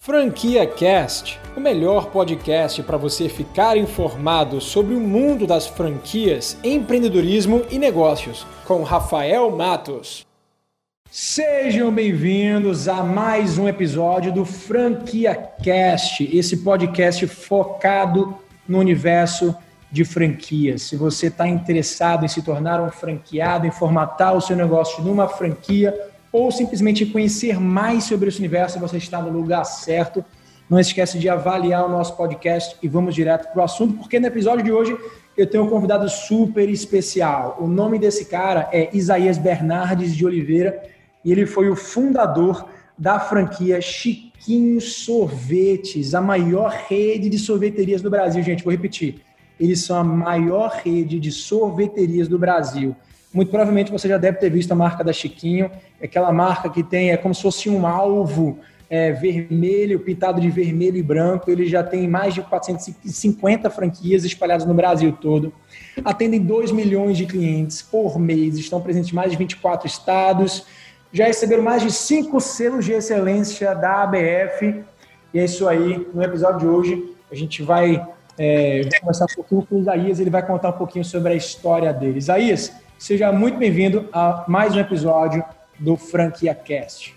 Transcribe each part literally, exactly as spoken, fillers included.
Franquia Cast, o melhor podcast para você ficar informado sobre o mundo das franquias, empreendedorismo e negócios, com Rafael Matos. Sejam bem-vindos a mais um episódio do Franquia Cast, esse podcast focado no universo de franquias. Se você está interessado em se tornar um franqueado, em formatar o seu negócio numa franquia, ou simplesmente conhecer mais sobre esse universo, você está no lugar certo. Não esquece de avaliar o nosso podcast e vamos direto para o assunto, porque no episódio de hoje eu tenho um convidado super especial. O nome desse cara é Isaías Bernardes de Oliveira e ele foi o fundador da franquia Chiquinho Sorvetes, a maior rede de sorveterias do Brasil. Gente, vou repetir. Eles são a maior rede de sorveterias do Brasil. Muito provavelmente você já deve ter visto a marca da Chiquinho, é aquela marca que tem, é como se fosse um alvo é, vermelho, pintado de vermelho e branco. Ele já tem mais de quatrocentas e cinquenta franquias espalhadas no Brasil todo. Atendem dois milhões de clientes por mês, estão presentes em mais de vinte e quatro estados, já receberam mais de cinco selos de excelência da A B F. E é isso aí, no episódio de hoje a gente vai, é, vai conversar um pouquinho com o Isaías, ele vai contar um pouquinho sobre a história dele. Isaías, seja muito bem-vindo a mais um episódio do Franquia Cast.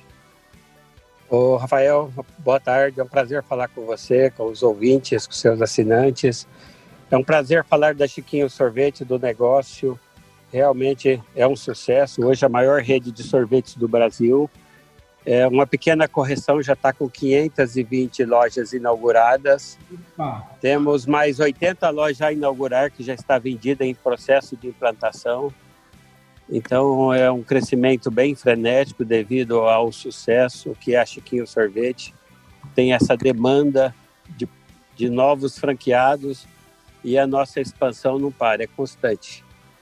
Ô, Rafael, boa tarde. É um prazer falar com você, com os ouvintes, com seus assinantes. É um prazer falar da Chiquinho Sorvete, do negócio. Realmente é um sucesso. Hoje a maior rede de sorvetes do Brasil. É uma pequena correção, já está com quinhentas e vinte lojas inauguradas. Opa. Temos mais oitenta lojas a inaugurar, que já está vendida em processo de implantação. Então é um crescimento bem frenético devido ao sucesso que é a Chiquinho Sorvete. Tem essa demanda de, de novos franqueados e a nossa expansão não para, é constante.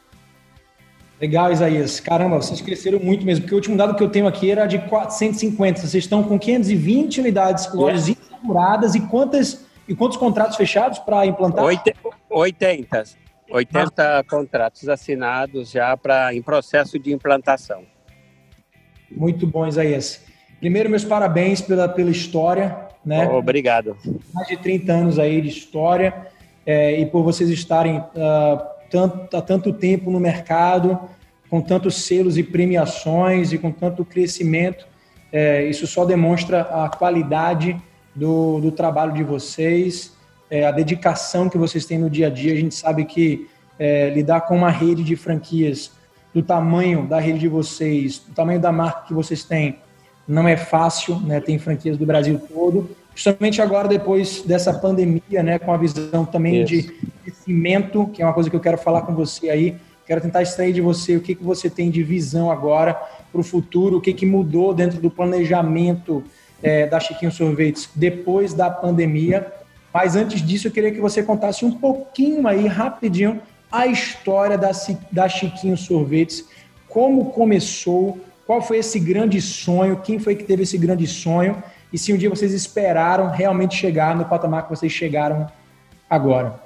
Legal, Isaías. Caramba, vocês cresceram muito mesmo, porque o último dado que eu tenho aqui era de quatrocentos e cinquenta. Vocês estão com quinhentas e vinte unidades, lojas yeah. inauguradas e, quantas, e quantos contratos fechados para implantar? oitenta. oitenta ah. contratos assinados já pra, em processo de implantação. Muito bom, Isaías. Primeiro, meus parabéns pela, pela história, né? Oh, obrigado. Mais de trinta anos aí de história é, e por vocês estarem uh, tanto, há tanto tempo no mercado, com tantos selos e premiações e com tanto crescimento. É, isso só demonstra a qualidade do, do trabalho de vocês, É, a dedicação que vocês têm no dia a dia. A gente sabe que é, lidar com uma rede de franquias do tamanho da rede de vocês, do tamanho da marca que vocês têm, não é fácil, né? Tem franquias do Brasil todo, principalmente agora depois dessa pandemia, né? Com a visão também Isso. de crescimento, que é uma coisa que eu quero falar com você aí. Quero tentar extrair de você o que, que você tem de visão agora para o futuro, o que, que mudou dentro do planejamento é, da Chiquinho Sorvetes depois da pandemia. Mas antes disso, eu queria que você contasse um pouquinho aí, rapidinho, a história da, da Chiquinho Sorvetes, como começou, qual foi esse grande sonho, quem foi que teve esse grande sonho e se um dia vocês esperaram realmente chegar no patamar que vocês chegaram agora.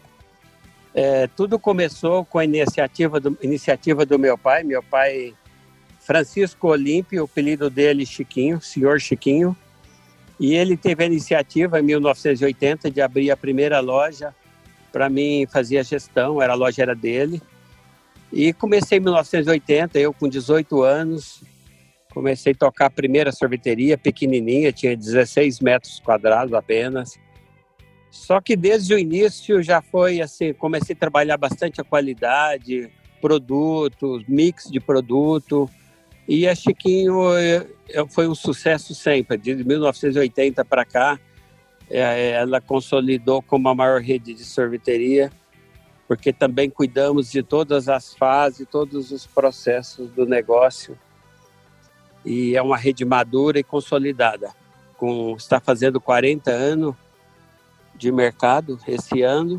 É, tudo começou com a iniciativa do, iniciativa do meu pai, meu pai Francisco Olímpio, o apelido dele Chiquinho, senhor Chiquinho. E ele teve a iniciativa em mil novecentos e oitenta de abrir a primeira loja. Para mim, fazia a gestão, era, a loja era dele. E comecei em mil novecentos e oitenta, eu com dezoito anos, comecei a tocar a primeira sorveteria, pequenininha, tinha dezesseis metros quadrados apenas. Só que desde o início já foi assim, comecei a trabalhar bastante a qualidade, produtos, mix de produto. E a Chiquinho foi um sucesso sempre, de mil novecentos e oitenta para cá, ela consolidou como a maior rede de sorveteria, porque também cuidamos de todas as fases, todos os processos do negócio, e é uma rede madura e consolidada, com, está fazendo quarenta anos de mercado esse ano,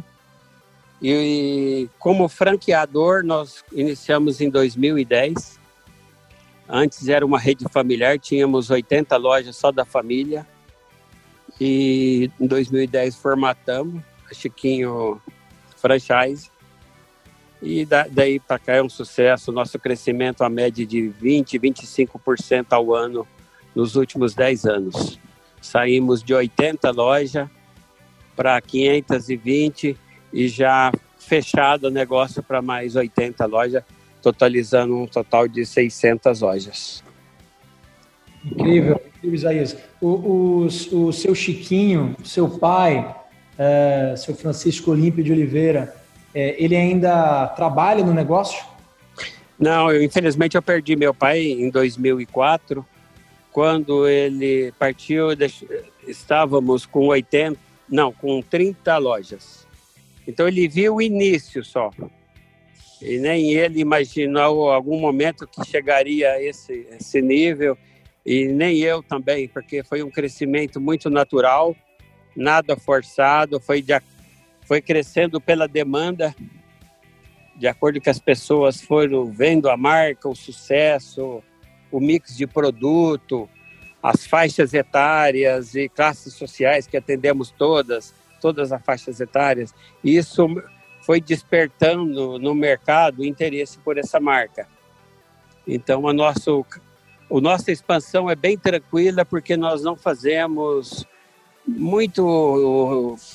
e como franqueador nós iniciamos em dois mil e dez. Antes era uma rede familiar, tínhamos oitenta lojas só da família. E em dois mil e dez formatamos a Chiquinho Franchise. E da, daí para cá é um sucesso. Nosso crescimento a média de vinte, vinte e cinco por cento ao ano nos últimos dez anos. Saímos de oitenta lojas para quinhentas e vinte e já fechado o negócio para mais oitenta lojas, totalizando um total de seiscentas lojas. Incrível, incrível, Isaías. O, o, o seu Chiquinho, seu pai, é, seu Francisco Olímpio de Oliveira, é, ele ainda trabalha no negócio? Não, eu, infelizmente eu perdi meu pai em dois mil e quatro. Quando ele partiu, estávamos com oitenta, não, com trinta lojas. Então ele viu o início só. E nem ele imaginou algum momento que chegaria a esse, esse nível. E nem eu também, porque foi um crescimento muito natural, nada forçado, foi, de, foi crescendo pela demanda, de acordo com as pessoas foram vendo a marca, o sucesso, o mix de produto, as faixas etárias e classes sociais que atendemos todas, todas as faixas etárias. Isso foi despertando no mercado o interesse por essa marca. Então, a nosso, a nossa expansão é bem tranquila, porque nós não fazemos muito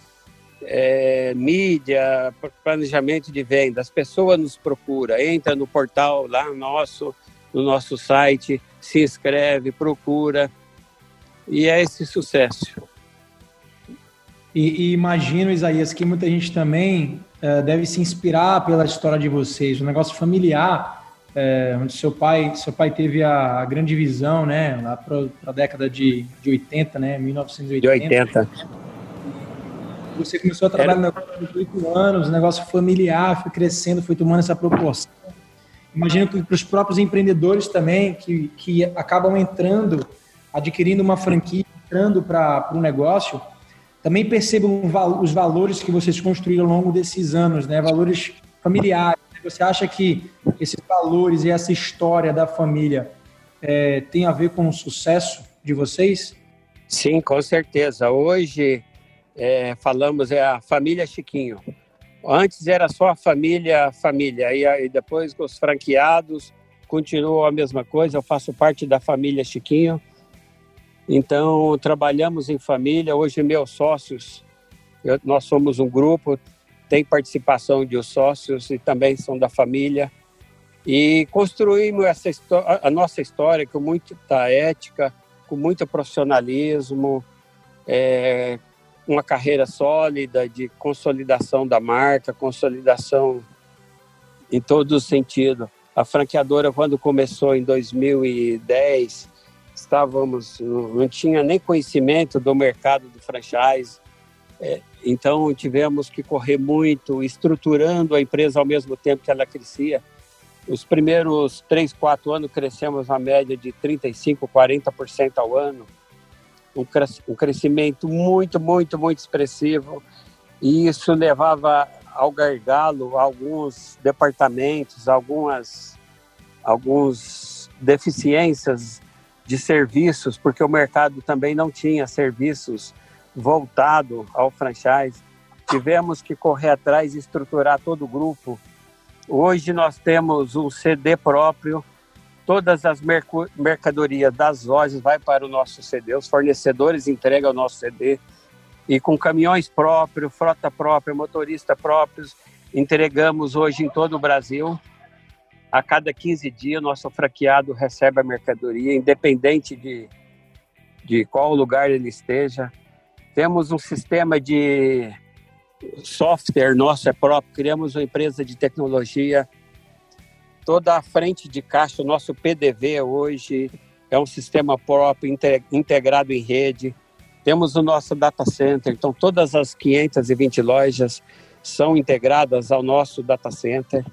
é, mídia, planejamento de venda. As pessoas nos procuram, entra no portal lá nosso, no nosso site, se inscreve, procura, e é esse sucesso. E, e imagino, Isaías, que muita gente também uh, deve se inspirar pela história de vocês, um negócio familiar, uh, onde seu pai, seu pai teve a, a grande visão, né, lá para a década de, de oitenta, né, mil novecentos e oitenta. De oitenta. Você começou a trabalhar no negócio com oito anos, o negócio familiar foi crescendo, foi tomando essa proporção. Imagino que para os próprios empreendedores também, que, que acabam entrando, adquirindo uma franquia, entrando para o negócio, também percebam os valores que vocês construíram ao longo desses anos, né? Valores familiares. Você acha que esses valores e essa história da família é, tem a ver com o sucesso de vocês? Sim, com certeza. Hoje é, falamos é a família Chiquinho. Antes era só a família, família. E, e depois com os franqueados continuou a mesma coisa. Eu faço parte da família Chiquinho. Então, trabalhamos em família. Hoje, meus sócios, eu, nós somos um grupo, tem participação de os sócios e também são da família. E construímos essa a nossa história com muita ética, com muito profissionalismo, é, uma carreira sólida de consolidação da marca, consolidação em todo o sentido. A franqueadora, quando começou em dois mil e dez, estávamos, não tinha nem conhecimento do mercado do franchise, é, então tivemos que correr muito, estruturando a empresa ao mesmo tempo que ela crescia. Os primeiros três, quatro anos crescemos na média de trinta e cinco, quarenta por cento ao ano, um, um crescimento muito, muito, muito expressivo, e isso levava ao gargalo alguns departamentos, algumas, algumas deficiências de serviços, porque o mercado também não tinha serviços voltados ao franchise. Tivemos que correr atrás e estruturar todo o grupo. Hoje nós temos um C D próprio, todas as mercadorias das lojas vai para o nosso C D, os fornecedores entregam o nosso C D, e com caminhões próprios, frota própria, motorista próprios, entregamos hoje em todo o Brasil. A cada quinze dias, nosso franqueado recebe a mercadoria, independente de, de qual lugar ele esteja. Temos um sistema de software nosso é próprio, criamos uma empresa de tecnologia. Toda a frente de caixa, o nosso P D V hoje é um sistema próprio, integrado em rede. Temos o nosso data center, então todas as quinhentas e vinte lojas são integradas ao nosso data center.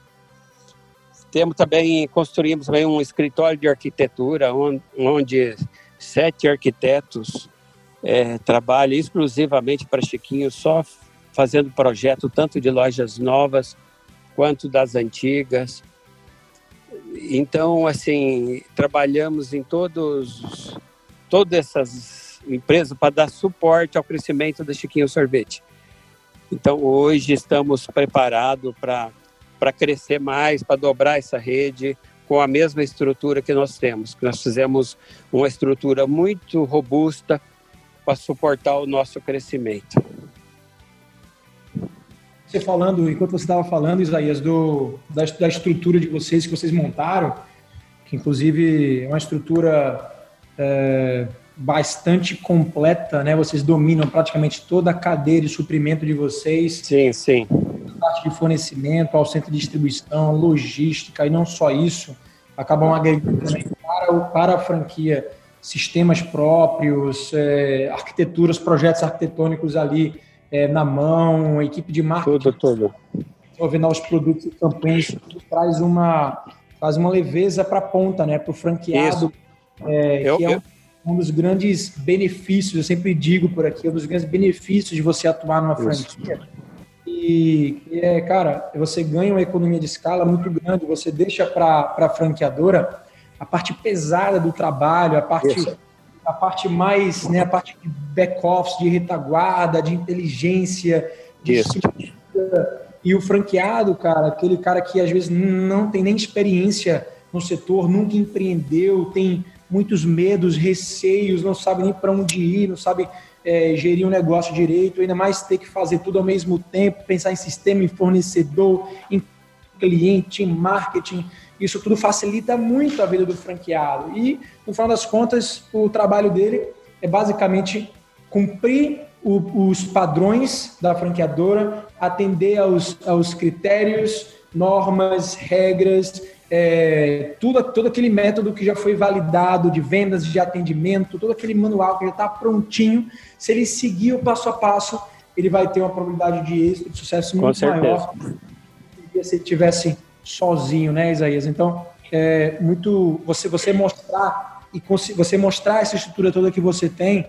Temos também, construímos também um escritório de arquitetura, onde, onde sete arquitetos é, trabalham exclusivamente para Chiquinho, só fazendo projeto tanto de lojas novas quanto das antigas. Então, assim, trabalhamos em todos, todas essas empresas para dar suporte ao crescimento da Chiquinho Sorvete. Então, hoje estamos preparados para para crescer mais, para dobrar essa rede com a mesma estrutura que nós temos. Nós fizemos uma estrutura muito robusta, para suportar o nosso crescimento. Você falando, enquanto você estava falando, Isaías, do, da, da estrutura de vocês, que vocês montaram, que inclusive é uma estrutura é, bastante completa, né? Vocês dominam praticamente toda a cadeia de suprimento de vocês. Sim, sim. Parte de fornecimento, ao centro de distribuição, logística, e não só isso, acabam agregando também para, o, para a franquia sistemas próprios, é, arquiteturas, projetos arquitetônicos ali é, na mão, equipe de marketing. Tudo, tudo. Desenvolvendo novos produtos e campanhas, que traz uma, traz uma leveza para a ponta, né, para o franqueado, é, eu, que é eu... um dos grandes benefícios, eu sempre digo por aqui, um dos grandes benefícios de você atuar numa franquia. E, é, cara, você ganha uma economia de escala muito grande, você deixa para a franqueadora a parte pesada do trabalho, a parte, a parte mais, né, a parte de back-office, de retaguarda, de inteligência, de estrutura. E o franqueado, cara, aquele cara que às vezes não tem nem experiência no setor, nunca empreendeu, tem muitos medos, receios, não sabe nem para onde ir, não sabe é, gerir um negócio direito, ainda mais ter que fazer tudo ao mesmo tempo, pensar em sistema, em fornecedor, em cliente, em marketing. Isso tudo facilita muito a vida do franqueado. E, no final das contas, o trabalho dele é basicamente cumprir o, os padrões da franqueadora, atender aos, aos critérios, normas, regras, é, tudo, todo aquele método que já foi validado de vendas, de atendimento, todo aquele manual que já está prontinho. Se ele seguir o passo a passo, ele vai ter uma probabilidade de êxito, de sucesso muito maior do que se ele tivesse sozinho, né, Isaías? Então, é muito você, você mostrar e você mostrar essa estrutura toda que você tem,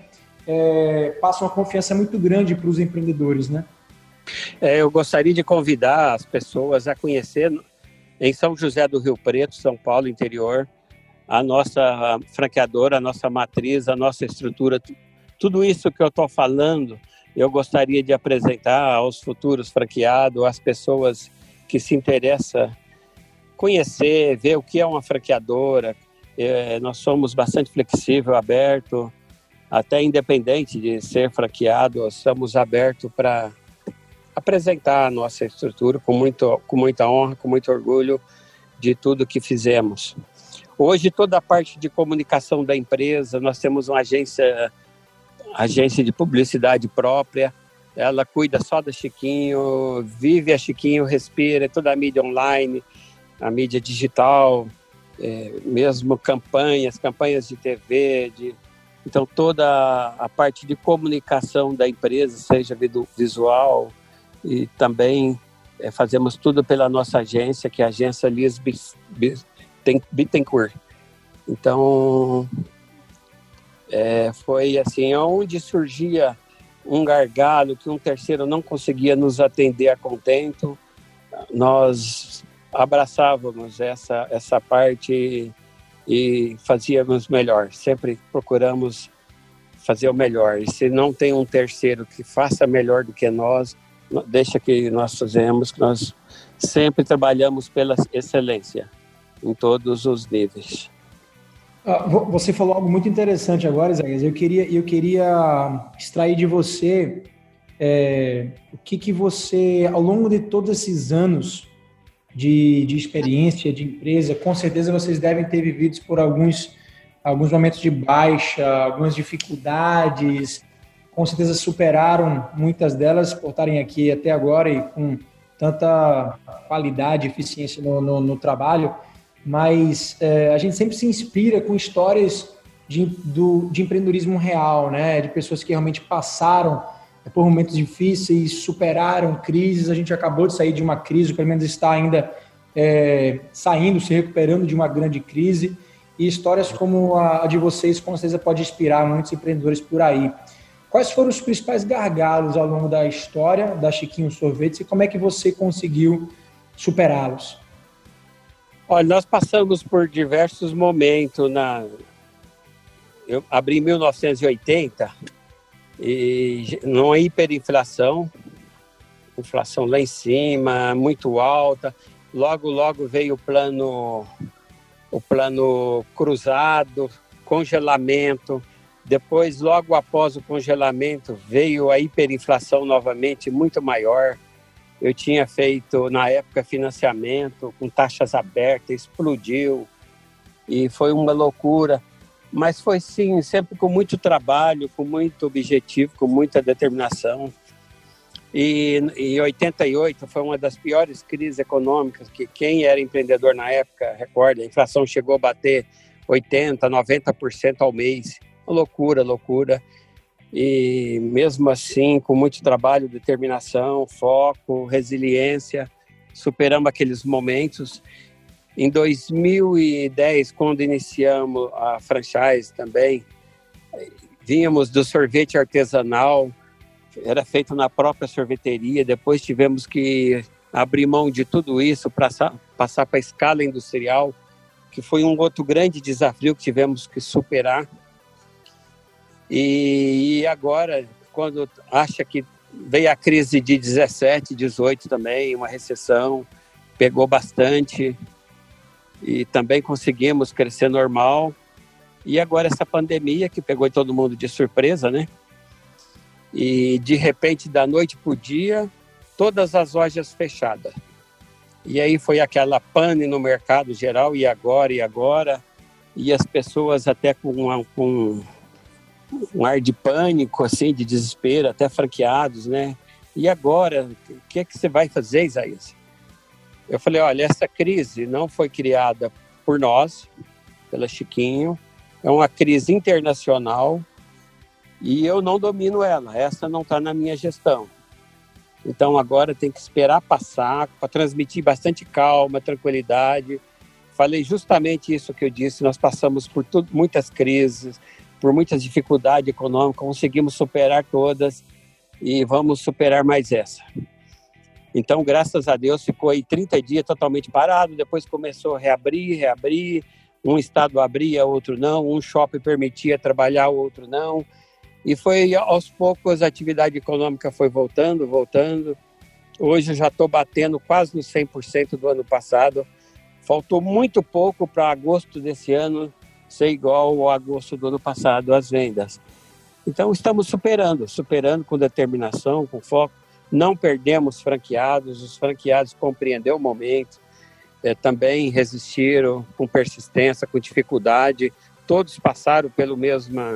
é, passa uma confiança muito grande para os empreendedores, né? É, eu gostaria de convidar as pessoas a conhecer em São José do Rio Preto, São Paulo, interior, a nossa franqueadora, a nossa matriz, a nossa estrutura, tudo isso que eu estou falando, eu gostaria de apresentar aos futuros franqueados, às pessoas que se interessam conhecer, ver o que é uma franqueadora. É, nós somos bastante flexível, aberto, até independente de ser franqueado, estamos abertos para apresentar a nossa estrutura com, muito, com muita honra, com muito orgulho de tudo que fizemos. Hoje, toda a parte de comunicação da empresa, nós temos uma agência, agência de publicidade própria, ela cuida só da Chiquinho, vive a Chiquinho, respira, toda a mídia online, a mídia digital, é, mesmo campanhas, campanhas de T V, de, então toda a parte de comunicação da empresa, seja visual, e também é, fazemos tudo pela nossa agência, que é a agência Liz Bittencourt. Então, é, foi assim, onde surgia um gargalo que um terceiro não conseguia nos atender a contento, nós abraçávamos essa, essa parte e, e fazíamos melhor. Sempre procuramos fazer o melhor. E se não tem um terceiro que faça melhor do que nós, deixa que nós fazemos, que nós sempre trabalhamos pela excelência em todos os níveis. Você falou algo muito interessante agora, Isaías. Eu queria, eu queria extrair de você é, o que, que você, ao longo de todos esses anos de, de experiência, de empresa, com certeza vocês devem ter vivido por alguns, alguns momentos de baixa, algumas dificuldades, com certeza superaram muitas delas por estarem aqui até agora e com tanta qualidade e eficiência no, no, no trabalho. Mas é, a gente sempre se inspira com histórias de, do, de empreendedorismo real, né? De pessoas que realmente passaram por momentos difíceis, superaram crises. A gente acabou de sair de uma crise, pelo menos está ainda é, saindo, se recuperando de uma grande crise. E histórias como a, a de vocês, com certeza, pode inspirar muitos empreendedores por aí. Quais foram os principais gargalos ao longo da história da Chiquinho Sorvetes e como é que você conseguiu superá-los? Olha, nós passamos por diversos momentos. Na... Eu abri em mil novecentos e oitenta e numa hiperinflação, inflação lá em cima, muito alta. Logo, logo veio o plano, o plano cruzado, congelamento. Depois, logo após o congelamento, veio a hiperinflação novamente, muito maior. Eu tinha feito, na época, financiamento com taxas abertas, explodiu e foi uma loucura. Mas foi, sim, sempre com muito trabalho, com muito objetivo, com muita determinação. E em oitenta e oito foi uma das piores crises econômicas que quem era empreendedor na época recorda. A inflação chegou a bater oitenta por cento, noventa por cento ao mês. Loucura, loucura. E mesmo assim, com muito trabalho, determinação, foco, resiliência, superamos aqueles momentos. Em dois mil e dez, quando iniciamos a franchise também, vínhamos do sorvete artesanal, era feito na própria sorveteria, depois tivemos que abrir mão de tudo isso para passar para a escala industrial, que foi um outro grande desafio que tivemos que superar. E agora, quando acha que veio a crise de dezessete, dezoito também, uma recessão, pegou bastante e também conseguimos crescer normal. E agora essa pandemia que pegou todo mundo de surpresa, né? E de repente, da noite para o dia, todas as lojas fechadas. E aí foi aquela pane no mercado geral, e agora, e agora, e as pessoas até com uma, com um ar de pânico, assim, de desespero, até franqueados, né? E agora, o que é que você vai fazer, Isaías? Eu falei, olha, essa crise não foi criada por nós, pela Chiquinho, é uma crise internacional e eu não domino ela, essa não está na minha gestão. Então agora tem que esperar passar, para transmitir bastante calma, tranquilidade. Falei justamente isso que eu disse, nós passamos por tudo, muitas crises, por muitas dificuldades econômicas, conseguimos superar todas e vamos superar mais essa. Então, graças a Deus, ficou aí trinta dias totalmente parado, depois começou a reabrir, reabrir, um estado abria, outro não, um shopping permitia trabalhar, outro não, e foi aos poucos a atividade econômica foi voltando, voltando. Hoje eu já estou batendo quase no cem por cento do ano passado, faltou muito pouco para agosto desse ano ser igual ao agosto do ano passado, as vendas. Então, estamos superando, superando com determinação, com foco. Não perdemos franqueados, os franqueados compreenderam o momento, é, também resistiram com persistência, com dificuldade, todos passaram pelo mesmo...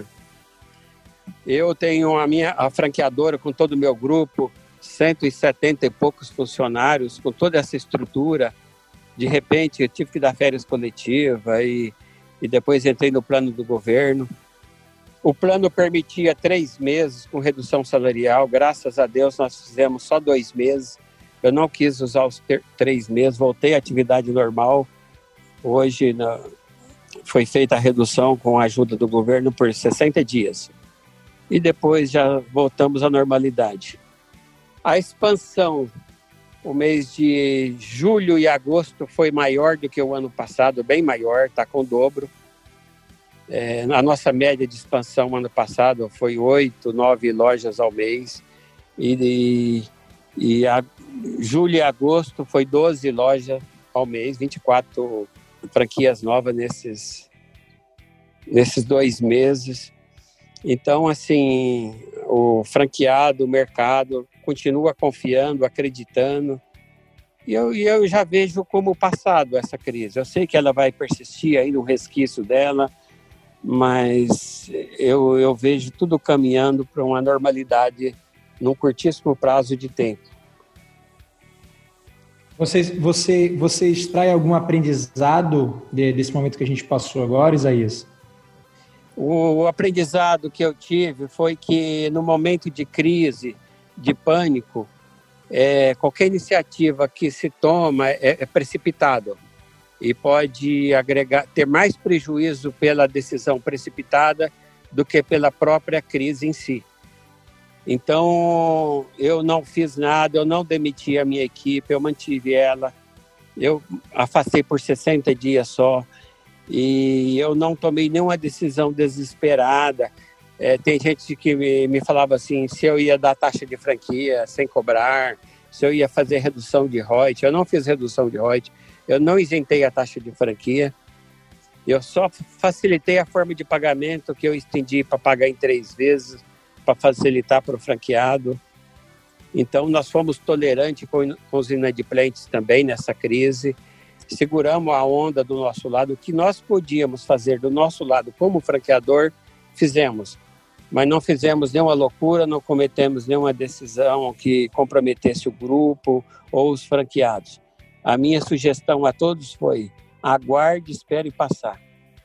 Eu tenho a minha a franqueadora com todo o meu grupo, cento e setenta e poucos funcionários, com toda essa estrutura. De repente, eu tive que dar férias coletivas e, e depois entrei no plano do governo. O plano permitia três meses com redução salarial. Graças a Deus, nós fizemos só dois meses. Eu não quis usar os ter, três meses, voltei à atividade normal. Hoje na, foi feita a redução com a ajuda do governo por sessenta dias. E depois já voltamos à normalidade. A expansão, o mês de julho e agosto foi maior do que o ano passado, bem maior, está com o dobro. É, a nossa média de expansão ano passado foi oito, nove lojas ao mês. E, e, e a, julho e agosto foi doze lojas ao mês, vinte e quatro franquias novas nesses, nesses dois meses. Então, assim, o franqueado, o mercado continua confiando, acreditando. E eu, eu já vejo como passado essa crise. Eu sei que ela vai persistir ainda, um resquício dela, mas eu, eu vejo tudo caminhando para uma normalidade num curtíssimo prazo de tempo. Você, você, você extrai algum aprendizado de, desse momento que a gente passou agora, Isaías? O, o aprendizado que eu tive foi que no momento de crise, de pânico, é, qualquer iniciativa que se toma é, é precipitado e pode agregar, ter mais prejuízo pela decisão precipitada do que pela própria crise em si. Então, eu não fiz nada, eu não demiti a minha equipe, eu mantive ela, eu afastei por sessenta dias só e eu não tomei nenhuma decisão desesperada. É, tem gente que me, me falava assim, se eu ia dar taxa de franquia sem cobrar, se eu ia fazer redução de royalties. Eu não fiz redução de royalties, eu não isentei a taxa de franquia. Eu só facilitei a forma de pagamento, que eu estendi para pagar em três vezes, para facilitar para o franqueado. Então, nós fomos tolerantes com, com os inadimplentes também nessa crise. Seguramos a onda do nosso lado. O que nós podíamos fazer do nosso lado como franqueador, fizemos. Mas não fizemos nenhuma loucura, não cometemos nenhuma decisão que comprometesse o grupo ou os franqueados. A minha sugestão a todos foi: aguarde, espere passar.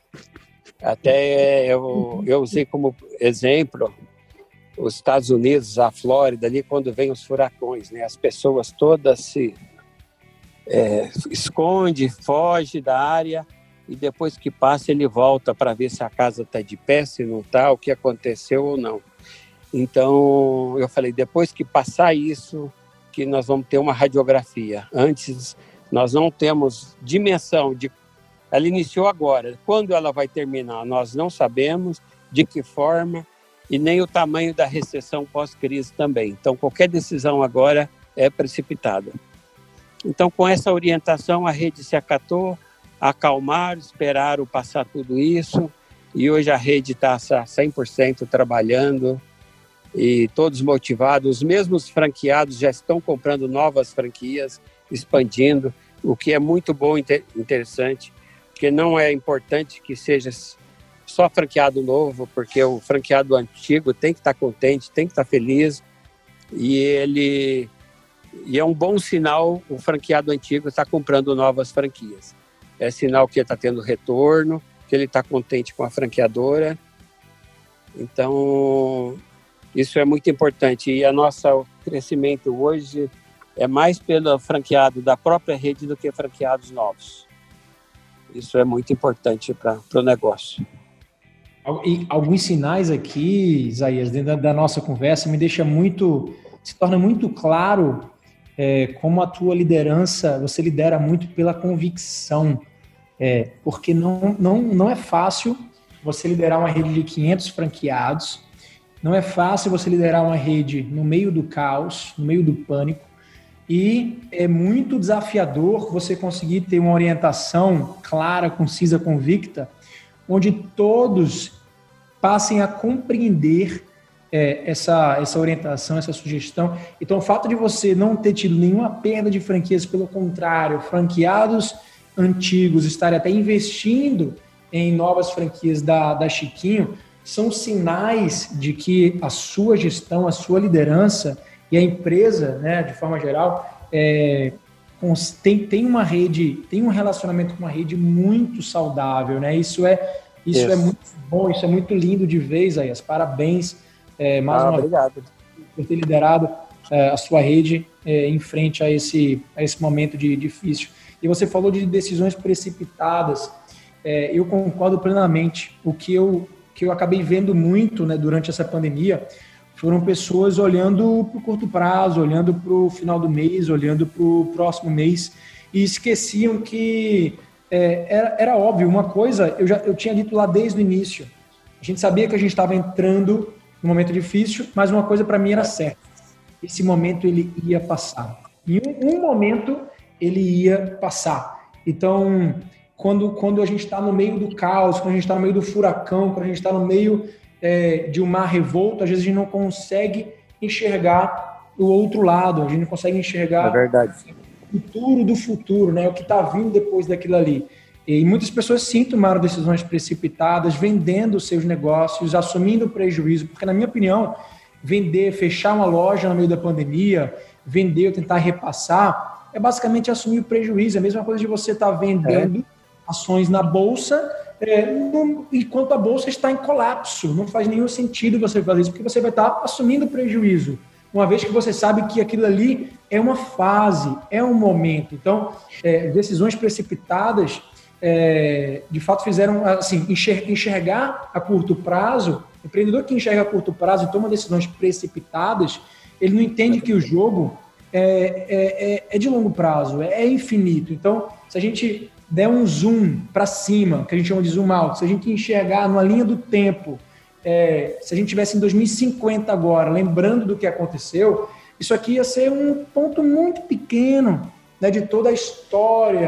Até eu, eu usei como exemplo os Estados Unidos, a Flórida, ali quando vem os furacões, né? As pessoas todas se é, escondem, fogem da área, e depois que passa ele volta para ver se a casa está de pé, se não está, o que aconteceu ou não. Então eu falei, depois que passar isso, que nós vamos ter uma radiografia. Antes nós não temos dimensão de... Ela iniciou agora. Quando ela vai terminar, nós não sabemos, de que forma, e nem o tamanho da recessão pós-crise também. Então, qualquer decisão agora é precipitada. Então, com essa orientação, a rede se acatou, acalmaram, esperaram passar tudo isso, e hoje a rede está cem por cento trabalhando, e todos motivados. Os mesmos franqueados já estão comprando novas franquias, expandindo, o que é muito bom e interessante, porque não é importante que seja só franqueado novo, porque o franqueado antigo tem que estar contente, tem que estar feliz, e ele e é um bom sinal o franqueado antigo estar comprando novas franquias. É sinal que ele está tendo retorno, que ele está contente com a franqueadora. Então, isso é muito importante. E a nosso crescimento hoje é mais pelo franqueado da própria rede do que franqueados novos. Isso é muito importante para o negócio. E alguns sinais aqui, Isaías, dentro da nossa conversa, me deixa muito, se torna muito claro é, como a tua liderança, você lidera muito pela convicção, é, porque não, não, não é fácil você liderar uma rede de quinhentos franqueados, não é fácil você liderar uma rede no meio do caos, no meio do pânico, e é muito desafiador você conseguir ter uma orientação clara, concisa, convicta, onde todos passem a compreender é, essa, essa orientação, essa sugestão. Então, o fato de você não ter tido nenhuma perda de franquias, pelo contrário, franqueados antigos estarem até investindo em novas franquias da, da Chiquinho, são sinais de que a sua gestão, a sua liderança e a empresa, né, de forma geral, é, tem, tem uma rede, tem um relacionamento com uma rede muito saudável, né? Isso é, isso yes. é muito bom, isso é muito lindo de ver, Isaías. Parabéns é, mais ah, uma obrigado. vez por ter liderado é, a sua rede é, em frente a esse, a esse momento de, difícil. E você falou de decisões precipitadas. É, eu concordo plenamente. O que eu, que eu acabei vendo muito, né, durante essa pandemia foram pessoas olhando para o curto prazo, olhando para o final do mês, olhando para o próximo mês, e esqueciam que é, era, era óbvio. Uma coisa, eu, já, eu tinha dito lá desde o início, a gente sabia que a gente estava entrando num momento difícil, mas uma coisa para mim era certa: esse momento ele ia passar. Em um, um momento ele ia passar. Então, quando, quando a gente está no meio do caos, quando a gente está no meio do furacão, quando a gente está no meio É, de um mar revolto, às vezes a gente não consegue enxergar o outro lado, a gente não consegue enxergar é verdade. o futuro do futuro, né? O que está vindo depois daquilo ali. E muitas pessoas sim tomaram decisões precipitadas, vendendo seus negócios, assumindo prejuízo, porque, na minha opinião, vender, fechar uma loja no meio da pandemia, vender ou tentar repassar, é basicamente assumir o prejuízo. É a mesma coisa de você estar tá vendendo é. ações na bolsa, É, não, enquanto a bolsa está em colapso. Não faz nenhum sentido você fazer isso, porque você vai estar assumindo prejuízo, uma vez que você sabe que aquilo ali é uma fase, é um momento. Então, é, decisões precipitadas, é, de fato, fizeram assim, enxergar a curto prazo. O empreendedor que enxerga a curto prazo e toma decisões precipitadas, ele não entende que o jogo é, é, é de longo prazo, é infinito. Então, se a gente der um zoom para cima, que a gente chama de zoom out, se a gente enxergar numa linha do tempo, é, se a gente estivesse em dois mil e cinquenta agora, lembrando do que aconteceu, isso aqui ia ser um ponto muito pequeno, né, de toda a história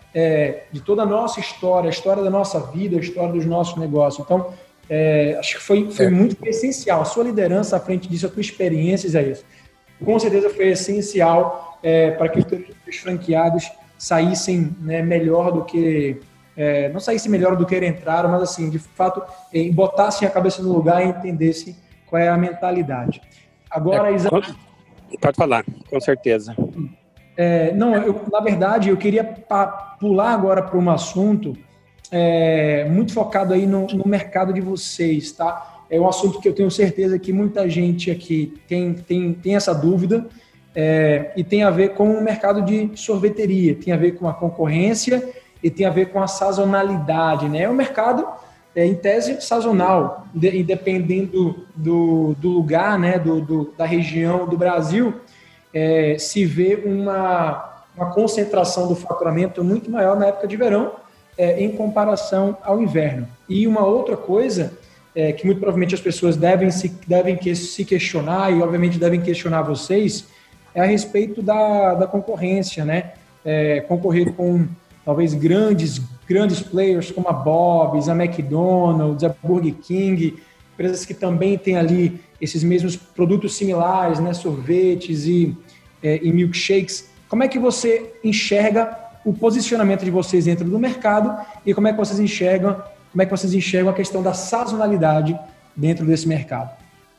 é, de toda a nossa história, a história da nossa vida, a história dos nossos negócios. Então, é, acho que foi, foi muito essencial. A sua liderança à frente disso, a tua experiência, Isaías, com certeza foi essencial é, para que os franqueados saíssem, né, melhor do que... É, não saíssem melhor do que entraram, mas, assim, de fato, é, botassem a cabeça no lugar e entendessem qual é a mentalidade. Agora, é, Isaías... Pode falar, com certeza. É, não, eu, na verdade, eu queria pa, pular agora para um assunto é, muito focado aí no, no mercado de vocês, tá? É um assunto que eu tenho certeza que muita gente aqui tem, tem, tem essa dúvida é, e tem a ver com o mercado de sorveteria, tem a ver com a concorrência e tem a ver com a sazonalidade, né? É um mercado, é, em tese, sazonal, de, dependendo do, do lugar, né? do, do, da região do Brasil, é, se vê uma, uma concentração do faturamento muito maior na época de verão, é, em comparação ao inverno. E uma outra coisa é, que muito provavelmente as pessoas devem se, devem que, se questionar e obviamente devem questionar vocês é a respeito da, da concorrência, né? É, concorrer com talvez grandes, grandes players como a Bob's, a McDonald's, a Burger King, empresas que também têm ali esses mesmos produtos similares, né? Sorvetes e, é, e milkshakes. Como é que você enxerga o posicionamento de vocês dentro do mercado e como é que vocês enxergam, como é que vocês enxergam a questão da sazonalidade dentro desse mercado?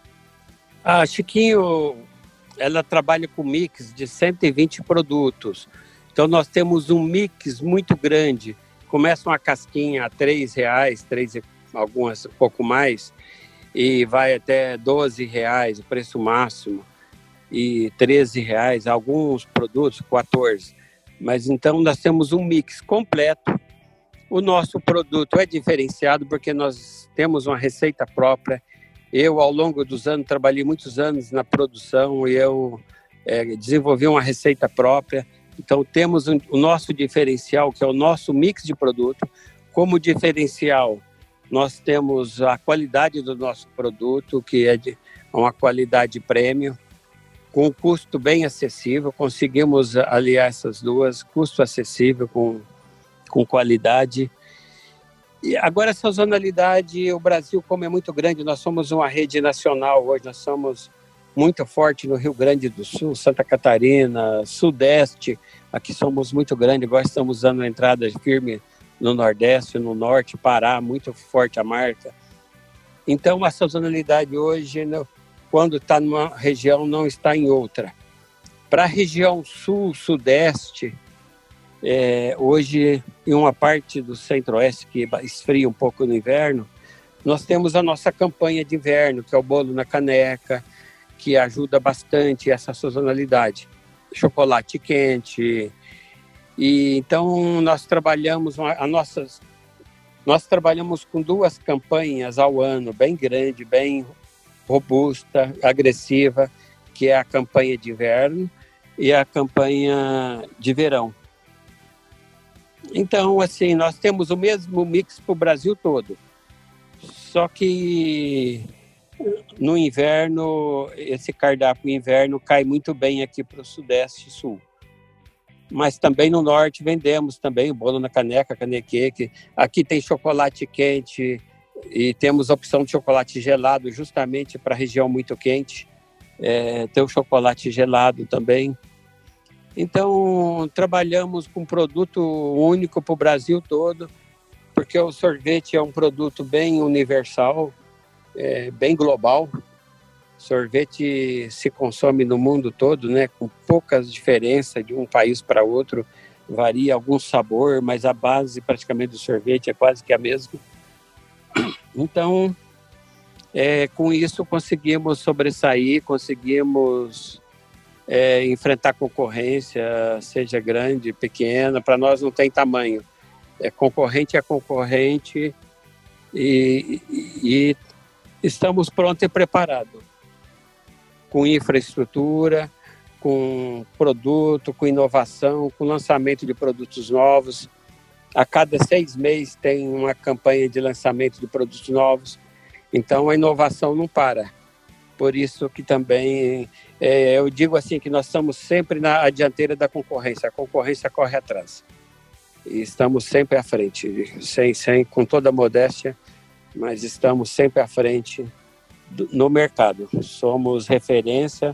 A Chiquinho, ela trabalha com mix de cento e vinte produtos. Então nós temos um mix muito grande. Começa uma casquinha a três reais, três, algumas um pouco mais, e vai até doze reais o preço máximo, e treze reais, alguns produtos, quatorze. Mas então nós temos um mix completo. O nosso produto é diferenciado porque nós temos uma receita própria. Eu, ao longo dos anos, trabalhei muitos anos na produção e eu é, desenvolvi uma receita própria. Então temos um, o nosso diferencial, que é o nosso mix de produto. Como diferencial, nós temos a qualidade do nosso produto, que é de uma qualidade premium, com um custo bem acessível. Conseguimos aliar essas duas, custo acessível com, com qualidade. E agora, a sazonalidade, o Brasil, como é muito grande, nós somos uma rede nacional hoje, nós somos muito forte no Rio Grande do Sul, Santa Catarina, Sudeste, aqui somos muito grandes, agora estamos usando a entrada firme no Nordeste, no Norte, Pará, muito forte a marca. Então, a sazonalidade hoje, quando está numa região, não está em outra. Para a região Sul, Sudeste, é, hoje, em uma parte do Centro-Oeste, que esfria um pouco no inverno, nós temos a nossa campanha de inverno, que é o bolo na caneca, que ajuda bastante essa sazonalidade. Chocolate quente. E então nós trabalhamos a nossas nós trabalhamos com duas campanhas ao ano, bem grande, bem robusta, agressiva, que é a campanha de inverno e a campanha de verão. Então, assim, nós temos o mesmo mix para o Brasil todo. Só que no inverno, esse cardápio inverno cai muito bem aqui para o Sudeste e Sul. Mas também no Norte vendemos também o bolo na caneca, canequeque. Aqui tem chocolate quente e temos a opção de chocolate gelado justamente para a região muito quente. É, tem o chocolate gelado também. Então, trabalhamos com um produto único para o Brasil todo, porque o sorvete é um produto bem universal, é, bem global. Sorvete se consome no mundo todo, né, com poucas diferenças de um país para outro. Varia algum sabor, mas a base praticamente do sorvete é quase que a mesma. Então, é, com isso conseguimos sobressair, conseguimos é, enfrentar concorrência, seja grande, pequena. Para nós não tem tamanho. É, concorrente é concorrente e, e, e estamos prontos e preparados. Com infraestrutura, com produto, com inovação, com lançamento de produtos novos. A cada seis meses tem uma campanha de lançamento de produtos novos. Então, a inovação não para. Por isso que também, é, eu digo assim, que nós estamos sempre na dianteira da concorrência. A concorrência corre atrás. e estamos sempre à frente, sem, sem, com toda a modéstia, mas estamos sempre à frente do, no mercado. Somos referência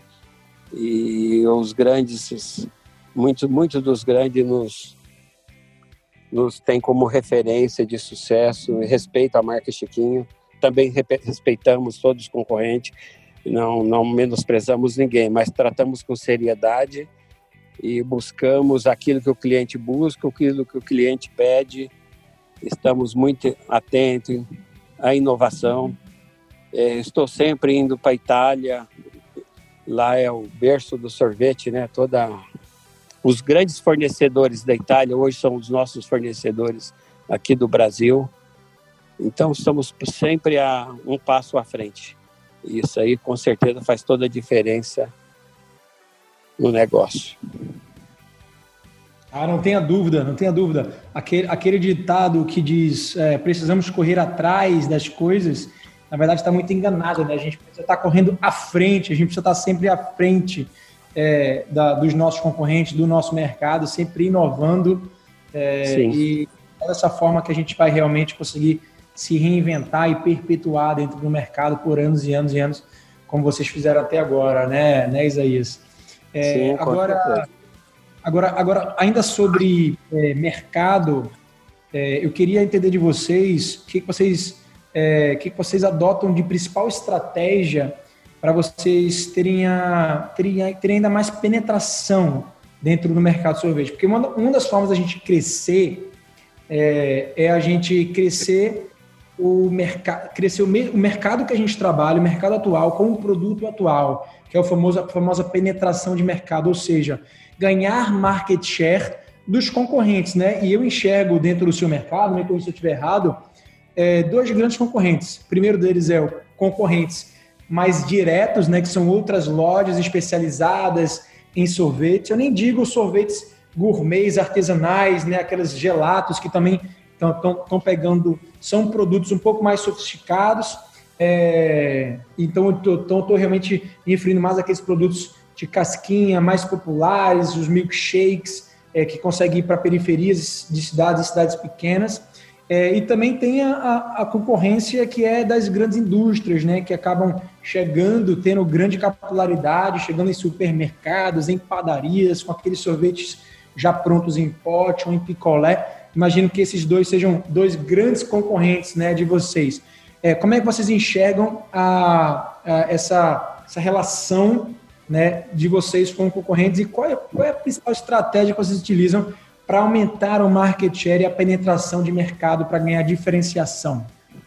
e os grandes, muitos muito dos grandes nos, nos têm como referência de sucesso e respeito à marca Chiquinho. Também respeitamos todos os concorrentes, não, não menosprezamos ninguém, mas tratamos com seriedade e buscamos aquilo que o cliente busca, aquilo que o cliente pede. Estamos muito atentos à inovação. É, estou sempre indo para a Itália, lá é o berço do sorvete, né? Toda... Os grandes fornecedores da Itália hoje são os nossos fornecedores aqui do Brasil. Então estamos sempre a um passo à frente. Isso aí com certeza faz toda a diferença no negócio. Ah, não tenha dúvida, não tenha dúvida. Aquele, aquele ditado que diz é, precisamos correr atrás das coisas, na verdade está muito enganado, né? A gente precisa estar correndo à frente, a gente precisa estar sempre à frente é, da, dos nossos concorrentes, do nosso mercado, sempre inovando é, e dessa forma que a gente vai realmente conseguir se reinventar e perpetuar dentro do mercado por anos e anos e anos, como vocês fizeram até agora, né, né Isaías? É, Sim, agora, agora, agora, ainda sobre é, mercado, é, eu queria entender de vocês o que, que vocês, é, que, que vocês adotam de principal estratégia para vocês terem, a, terem, terem ainda mais penetração dentro do mercado de sorvete. Porque uma, uma das formas da gente crescer é, é a gente crescer o mercado, crescer o, me, o mercado que a gente trabalha, o mercado atual, com o produto atual, que é o famoso, a famosa penetração de mercado, ou seja, ganhar market share dos concorrentes, né? E eu enxergo dentro do seu mercado, me corrija se eu estiver errado, é, dois grandes concorrentes. O primeiro deles é o concorrentes mais diretos, né? Que são outras lojas especializadas em sorvete. Eu nem digo sorvetes gourmets, artesanais, né? Aqueles gelatos que também estão pegando, são produtos um pouco mais sofisticados. É, então, eu estou realmente me referindo mais àqueles produtos de casquinha mais populares, os milkshakes, é, que conseguem ir para periferias de cidades e cidades pequenas. É, e também tem a, a concorrência que é das grandes indústrias, né, que acabam chegando, tendo grande capilaridade, chegando em supermercados, em padarias, com aqueles sorvetes já prontos em pote ou em picolé. Imagino que esses dois sejam dois grandes concorrentes, né, de vocês. É, como é que vocês enxergam a, a, essa, essa relação, né, de vocês com concorrentes e qual é, qual é a principal estratégia que vocês utilizam para aumentar o market share e a penetração de mercado para ganhar diferenciação?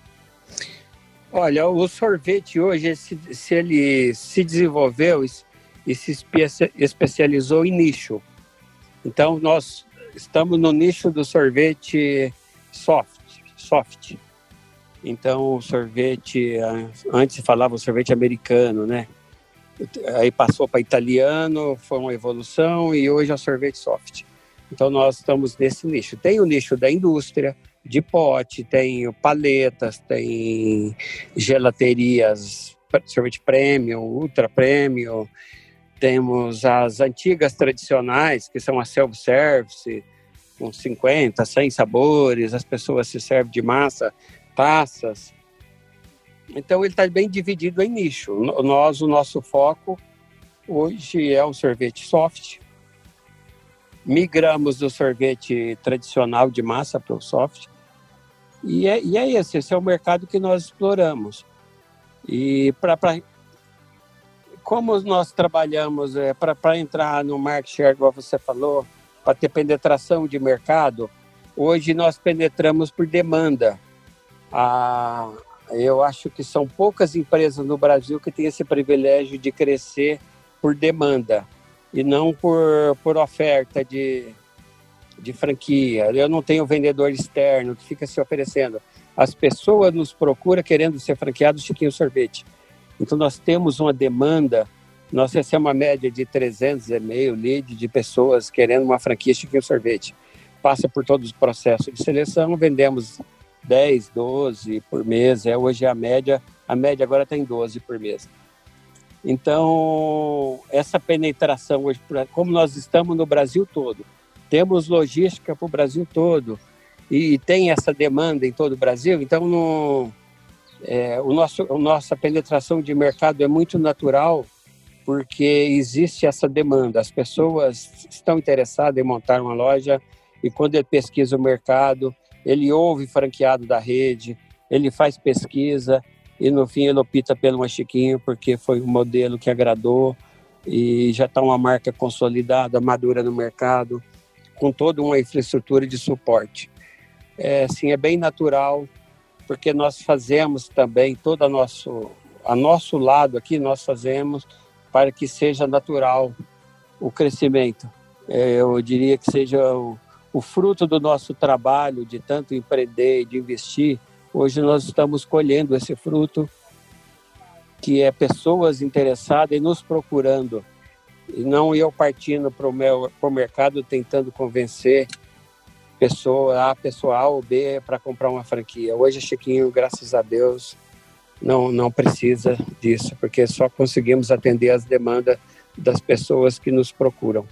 Olha, o sorvete hoje, se, se ele se desenvolveu e se especializou em nicho. Então, nós estamos no nicho do sorvete soft. soft. Então, o sorvete, antes se falava o sorvete americano, né? Aí passou para italiano, foi uma evolução e hoje é o sorvete soft. Então, nós estamos nesse nicho. Tem o nicho da indústria, de pote, tem paletas, tem gelaterias, sorvete premium, ultra premium. Temos as antigas tradicionais, que são a self-service, com cinquenta, cem sabores, as pessoas se servem de massa, taças. Então, ele está bem dividido em nicho. Nós, o nosso foco hoje é o sorvete soft. Migramos do sorvete tradicional de massa para o soft. E é, e é esse, esse é o mercado que nós exploramos. E para... Como nós trabalhamos é, para entrar no market share, como você falou, para ter penetração de mercado, hoje nós penetramos por demanda. Ah, eu acho que são poucas empresas no Brasil que têm esse privilégio de crescer por demanda e não por, por oferta de, de franquia. Eu não tenho vendedor externo que fica se oferecendo. As pessoas nos procuram querendo ser franqueados Chiquinho Sorvete. Então, nós temos uma demanda, nós recebemos uma média de trezentos e-mail, lead de pessoas querendo uma franquia Chiquinho Sorvete. Passa por todos os processos de seleção, vendemos dez, doze por mês, é, hoje a média, a média agora está em doze por mês. Então, essa penetração hoje, como nós estamos no Brasil todo, temos logística para o Brasil todo e, e tem essa demanda em todo o Brasil, então não, é, o nosso, a nossa penetração de mercado é muito natural porque existe essa demanda, as pessoas estão interessadas em montar uma loja e quando ele pesquisa o mercado, ele ouve franqueado da rede, ele faz pesquisa e no fim ele opta pelo Uma Chiquinho porque foi um modelo que agradou e já está uma marca consolidada, madura no mercado, com toda uma infraestrutura de suporte. É, assim, é bem natural, porque nós fazemos também, todo a nosso, a nosso lado aqui, nós fazemos para que seja natural o crescimento. É, eu diria que seja o, o fruto do nosso trabalho, de tanto empreender e de investir. Hoje nós estamos colhendo esse fruto, que é pessoas interessadas e nos procurando, e não eu partindo para o meu pro mercado tentando convencer pessoa A, pessoa A ou B para comprar uma franquia. Hoje a Chiquinho, graças a Deus, não, não precisa disso, porque só conseguimos atender as demandas das pessoas que nos procuram.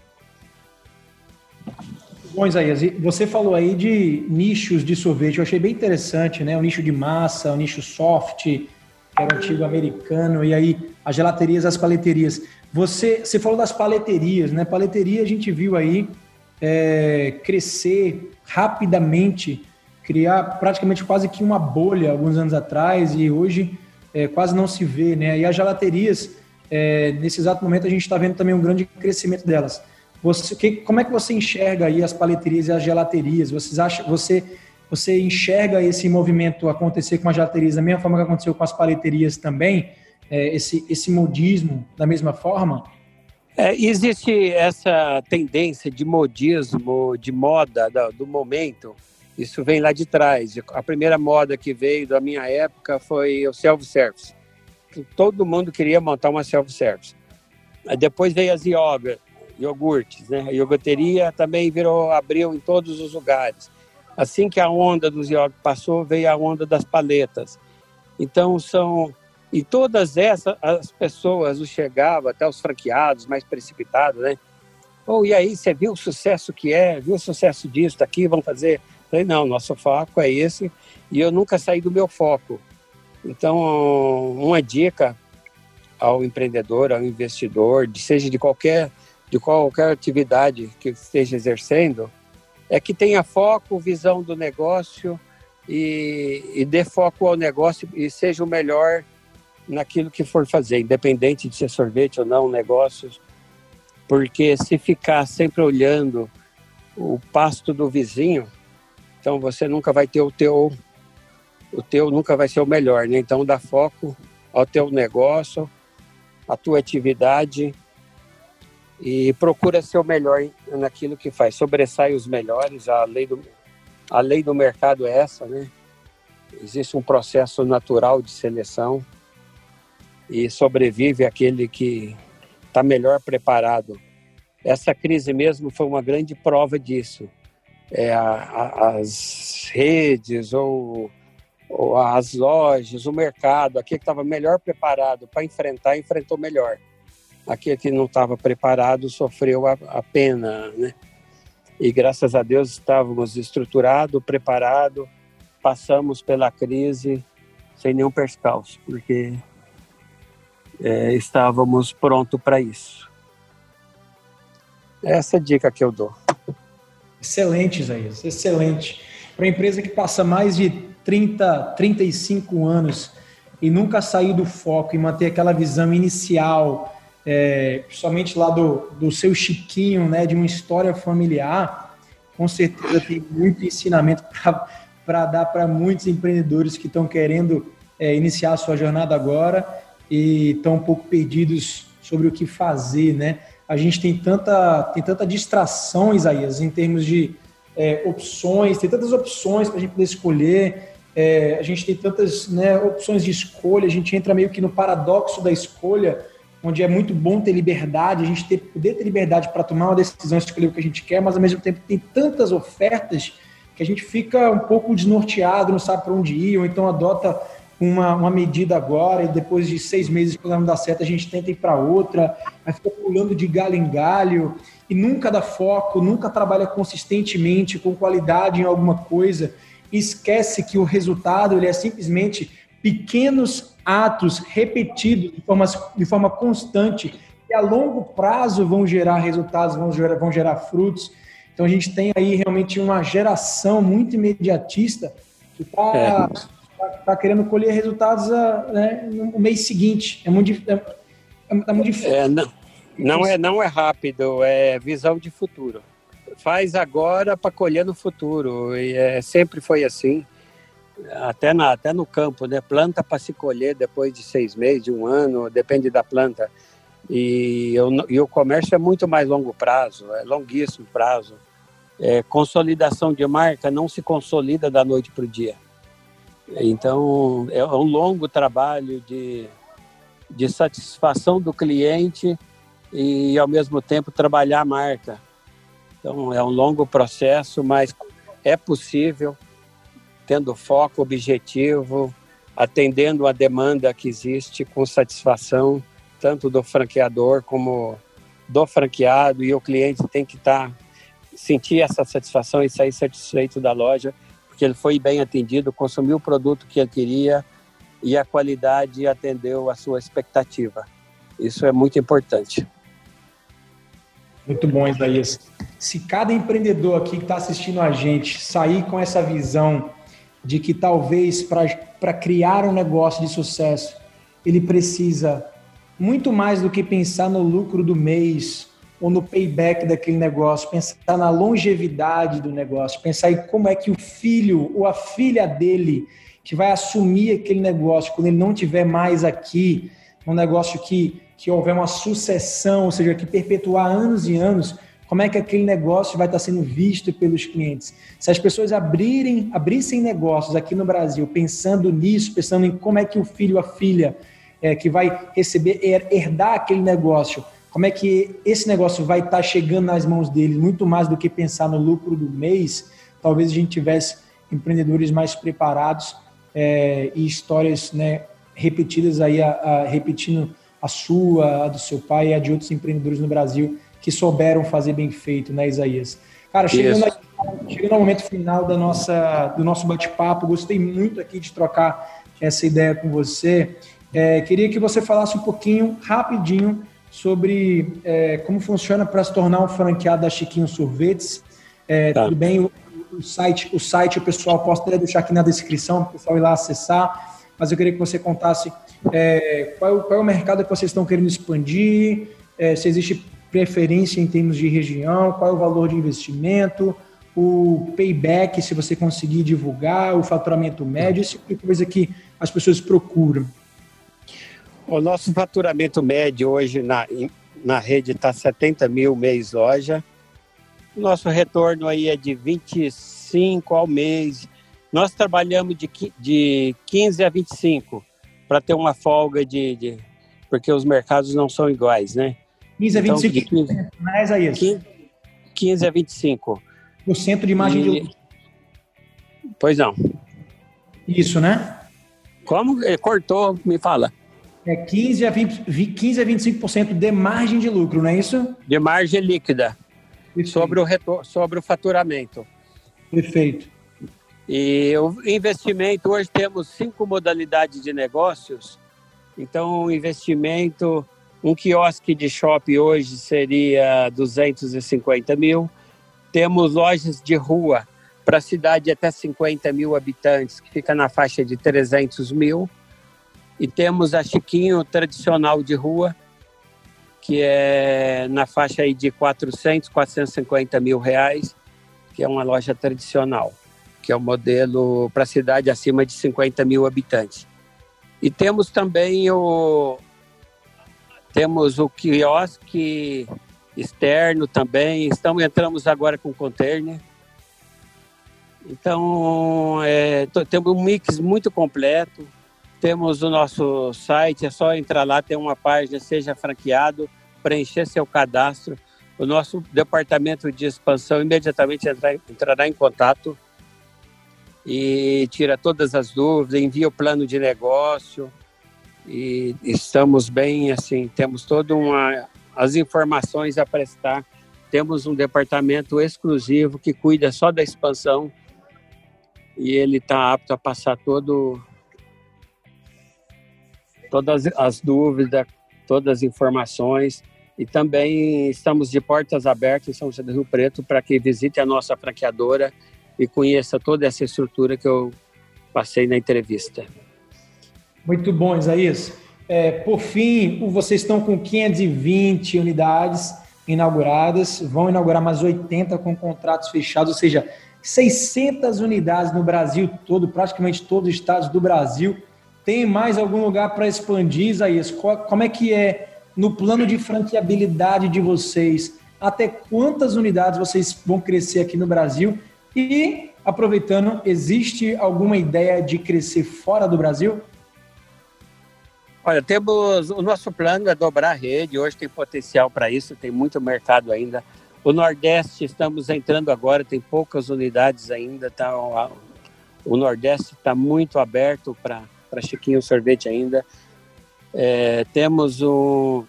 Bom, Isaías, você falou aí de nichos de sorvete, eu achei bem interessante, né? O nicho de massa, o nicho soft, que era o antigo americano, e aí as gelaterias, as paleterias. Você, você falou das paleterias, né? Paleteria a gente viu aí é, crescer rapidamente, criar praticamente quase que uma bolha alguns anos atrás e hoje é, quase não se vê, né? E as gelaterias, é, nesse exato momento a gente está vendo também um grande crescimento delas. Você, que, como é que você enxerga aí as paleterias e as gelaterias? Vocês acham, você, você enxerga esse movimento acontecer com as gelaterias da mesma forma que aconteceu com as paleterias também? É, esse, esse modismo da mesma forma? É, existe essa tendência de modismo, de moda do, do momento. Isso vem lá de trás. A primeira moda que veio da minha época foi o self-service. Todo mundo queria montar uma self-service. Depois veio as iogurtes. iogurtes, né? A iogurteria também virou, abriu em todos os lugares. Assim que a onda dos iogurtes passou, veio a onda das paletas. Então, são... E todas essas, as pessoas chegavam, até os franqueados mais precipitados, né? Oh, e aí, você viu o sucesso que é? Viu o sucesso disso, daqui, vamos fazer? Eu falei, não, nosso foco é esse, e eu nunca saí do meu foco. Então, uma dica ao empreendedor, ao investidor, seja de qualquer... de qualquer atividade que esteja exercendo, é que tenha foco, visão do negócio e, e dê foco ao negócio e seja o melhor naquilo que for fazer, independente de ser sorvete ou não, negócios, porque se ficar sempre olhando o pasto do vizinho, então você nunca vai ter o teu, o teu nunca vai ser o melhor, né? Então dá foco ao teu negócio, à tua atividade, e procura ser o melhor naquilo que faz. Sobressai os melhores, a lei do, a lei do mercado é essa, né? Existe um processo natural de seleção e sobrevive aquele que está melhor preparado. Essa crise mesmo foi uma grande prova disso. É, a, a, as redes ou, ou as lojas, o mercado, aquele que estava melhor preparado para enfrentar, enfrentou melhor. Aquele que não estava preparado sofreu a, a pena, né? E graças a Deus estávamos estruturados, preparados, passamos pela crise sem nenhum percalço, porque é, estávamos prontos para isso. Essa é a dica que eu dou. Excelente, Isaías, excelente. Para uma empresa que passa mais de trinta, trinta e cinco anos e nunca sair do foco e manter aquela visão inicial, É, principalmente lá do, do seu Chiquinho, né, de uma história familiar, com certeza tem muito ensinamento para dar para muitos empreendedores que estão querendo é, iniciar a sua jornada agora e estão um pouco perdidos sobre o que fazer, né? A gente tem tanta, tem tanta distração, Isaías, em termos de é, opções, tem tantas opções para a gente poder escolher, é, a gente tem tantas, né, opções de escolha, a gente entra meio que no paradoxo da escolha, onde é muito bom ter liberdade, a gente ter, poder ter liberdade para tomar uma decisão, escolher o que a gente quer, mas ao mesmo tempo tem tantas ofertas que a gente fica um pouco desnorteado, não sabe para onde ir, ou então adota uma, uma medida agora e depois de seis meses, quando não dá certo, a gente tenta ir para outra, aí fica pulando de galho em galho. e nunca dá foco, nunca trabalha consistentemente, com qualidade em alguma coisa, e esquece que o resultado ele é simplesmente pequenos atos repetidos de forma, de forma constante, que a longo prazo vão gerar resultados, vão gerar, vão gerar frutos. Então a gente tem aí realmente uma geração muito imediatista que está é. tá, tá querendo colher resultados né, no mês seguinte. É muito, é, é muito difícil. É, não, não, é, não é rápido, é visão de futuro. Faz agora para colher no futuro. E é, sempre foi assim, até, na, até no campo, né? Planta para se colher depois de seis meses, de um ano, depende da planta. E, eu, e o comércio é muito mais longo prazo, é longuíssimo prazo. É, consolidação de marca não se consolida da noite para o dia. Então, é um longo trabalho de, de satisfação do cliente e, ao mesmo tempo, trabalhar a marca. Então, é um longo processo, mas é possível, tendo foco, objetivo, atendendo a demanda que existe com satisfação, tanto do franqueador como do franqueado, e o cliente tem que estar, sentir essa satisfação e sair satisfeito da loja, porque ele foi bem atendido, consumiu o produto que ele queria e a qualidade atendeu a sua expectativa. Isso é muito importante. Muito bom, Isaías. Se cada empreendedor aqui que está assistindo a gente sair com essa visão de que talvez para criar um negócio de sucesso, ele precisa muito mais do que pensar no lucro do mês ou no payback daquele negócio, pensar na longevidade do negócio, pensar em como é que o filho ou a filha dele que vai assumir aquele negócio quando ele não estiver mais aqui, um negócio que, que houver uma sucessão, ou seja, que perpetuar anos e anos, como é que aquele negócio vai estar sendo visto pelos clientes. Se as pessoas abrirem, abrissem negócios aqui no Brasil, pensando nisso, pensando em como é que o filho ou a filha é, que vai receber, herdar aquele negócio, como é que esse negócio vai estar chegando nas mãos deles, muito mais do que pensar no lucro do mês, talvez a gente tivesse empreendedores mais preparados é, e histórias né, repetidas aí, a, a, repetindo a sua, a do seu pai e a de outros empreendedores no Brasil que souberam fazer bem feito, né, Isaías? Cara, chegando, aqui, chegando ao momento final da nossa, do nosso bate-papo, gostei muito aqui de trocar essa ideia com você. É, queria que você falasse um pouquinho, rapidinho, sobre é, como funciona para se tornar um franqueado da Chiquinho Sorvetes. É, tá. Tudo bem, o, o, site, o site, o pessoal, posso até deixar aqui na descrição para o pessoal ir lá acessar, mas eu queria que você contasse é, qual, qual é o mercado que vocês estão querendo expandir, é, se existe preferência em termos de região, qual é o valor de investimento, o payback, se você conseguir divulgar, o faturamento médio, esse tipo de coisa que as pessoas procuram. O nosso faturamento médio hoje na, na rede está setenta mil mês loja. O nosso retorno aí é de vinte e cinco ao mês. Nós trabalhamos de, de quinze a vinte e cinco para ter uma folga de, de... porque os mercados não são iguais, né? quinze a vinte e cinco por cento, mais a isso. quinze a vinte e cinco por cento de margem e... de lucro. Pois não. Isso, né? Como? Ele cortou, me fala. É quinze a vinte, quinze a vinte e cinco por cento de margem de lucro, não é isso? De margem líquida. Sobre o, retor- sobre o faturamento. Perfeito. E o investimento, hoje temos cinco modalidades de negócios. Então, o investimento, um quiosque de shopping hoje seria duzentos e cinquenta mil. Temos lojas de rua para cidade até cinquenta mil habitantes, que fica na faixa de trezentos mil. E temos a Chiquinho tradicional de rua, que é na faixa aí de quatrocentos, quatrocentos e cinquenta mil reais, que é uma loja tradicional, que é o modelo para cidade acima de cinquenta mil habitantes. E temos também o, temos o quiosque externo também, estamos, entramos agora com container. Então, é, temos um mix muito completo. Temos o nosso site, é só entrar lá, tem uma página, seja franqueado, preencher seu cadastro. O nosso departamento de expansão imediatamente entrar, entrará em contato e tira todas as dúvidas, envia o plano de negócio e estamos bem, assim, temos todas as informações a prestar temos um departamento exclusivo que cuida só da expansão e ele está apto a passar todo, todas as dúvidas, todas as informações. E também estamos de portas abertas em São José do Rio Preto para que visite a nossa franqueadora e conheça toda essa estrutura que eu passei na entrevista. Muito bom, Isaías. É, por fim, vocês estão com quinhentas e vinte unidades inauguradas, vão inaugurar mais oitenta com contratos fechados, ou seja, seiscentas unidades no Brasil todo, praticamente todos os estados do Brasil. Tem mais algum lugar para expandir, Isaías? Como é que é no plano de franqueabilidade de vocês? Até quantas unidades vocês vão crescer aqui no Brasil? E, aproveitando, existe alguma ideia de crescer fora do Brasil? Olha, temos, o nosso plano é dobrar a rede, hoje tem potencial para isso, tem muito mercado ainda. O Nordeste, estamos entrando agora, tem poucas unidades ainda, tá, o Nordeste está muito aberto para Chiquinho Sorvete ainda. É, temos um,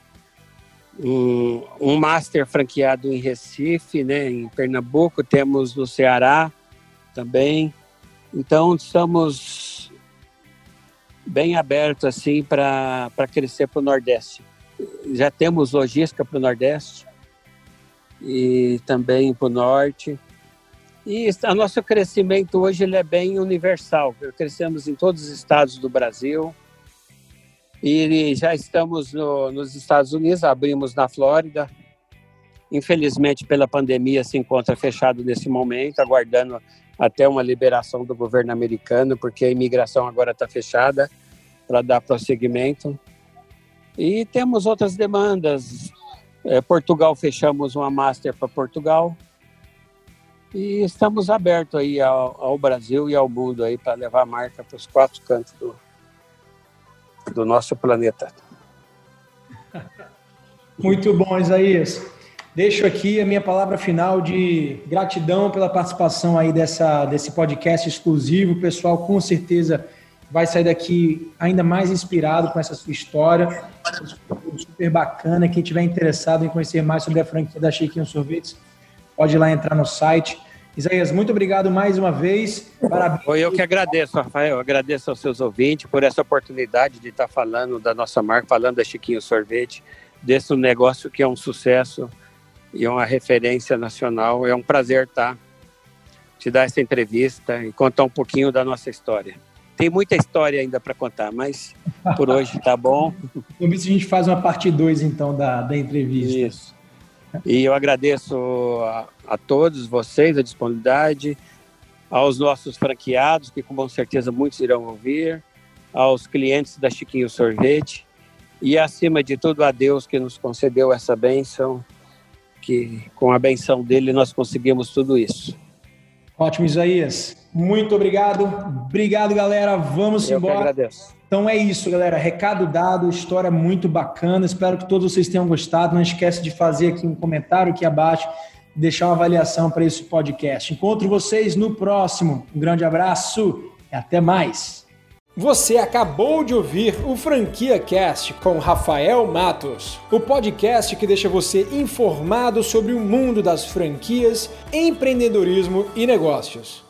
um, um master franqueado em Recife, né, em Pernambuco, temos no Ceará também. Então, estamos bem abertos assim, para crescer para o Nordeste. Já temos logística para o Nordeste e também para o Norte. E o nosso crescimento hoje ele é bem universal. Crescemos em todos os estados do Brasil. E já estamos no, nos Estados Unidos, abrimos na Flórida. Infelizmente, pela pandemia, se encontra fechado nesse momento, aguardando até uma liberação do governo americano, porque a imigração agora está fechada para dar prosseguimento. E temos outras demandas. É, Portugal, fechamos uma master para Portugal. E estamos abertos aí ao, ao Brasil e ao mundo aí para levar a marca para os quatro cantos do do nosso planeta. Muito bom, Isaías. Deixo aqui a minha palavra final de gratidão pela participação aí dessa, desse podcast exclusivo. O pessoal com certeza vai sair daqui ainda mais inspirado com essa sua história. Super bacana. Quem tiver interessado em conhecer mais sobre a franquia da Chiquinho Sorvetes, pode ir lá entrar no site. Isaías, muito obrigado mais uma vez. Parabéns. Eu que agradeço, Rafael. Eu agradeço aos seus ouvintes por essa oportunidade de estar falando da nossa marca, falando da Chiquinho Sorvete, desse negócio que é um sucesso e é uma referência nacional. É um prazer estar, te dar essa entrevista e contar um pouquinho da nossa história. Tem muita história ainda para contar, mas por hoje tá bom. Vamos ver se a gente faz uma parte dois, então, da, da entrevista. Isso. E eu agradeço a, a todos vocês a disponibilidade, aos nossos franqueados, que com certeza muitos irão ouvir, aos clientes da Chiquinho Sorvete e, acima de tudo, a Deus que nos concedeu essa bênção, que com a bênção dele nós conseguimos tudo isso. Ótimo, Isaías. Muito obrigado. Obrigado, galera. Vamos eu embora. Eu que agradeço. Então é isso, galera. Recado dado, história muito bacana. Espero que todos vocês tenham gostado. Não esquece de fazer aqui um comentário aqui abaixo, deixar uma avaliação para esse podcast. Encontro vocês no próximo. Um grande abraço e até mais. Você acabou de ouvir o Franquia Cast com Rafael Matos, o podcast que deixa você informado sobre o mundo das franquias, empreendedorismo e negócios.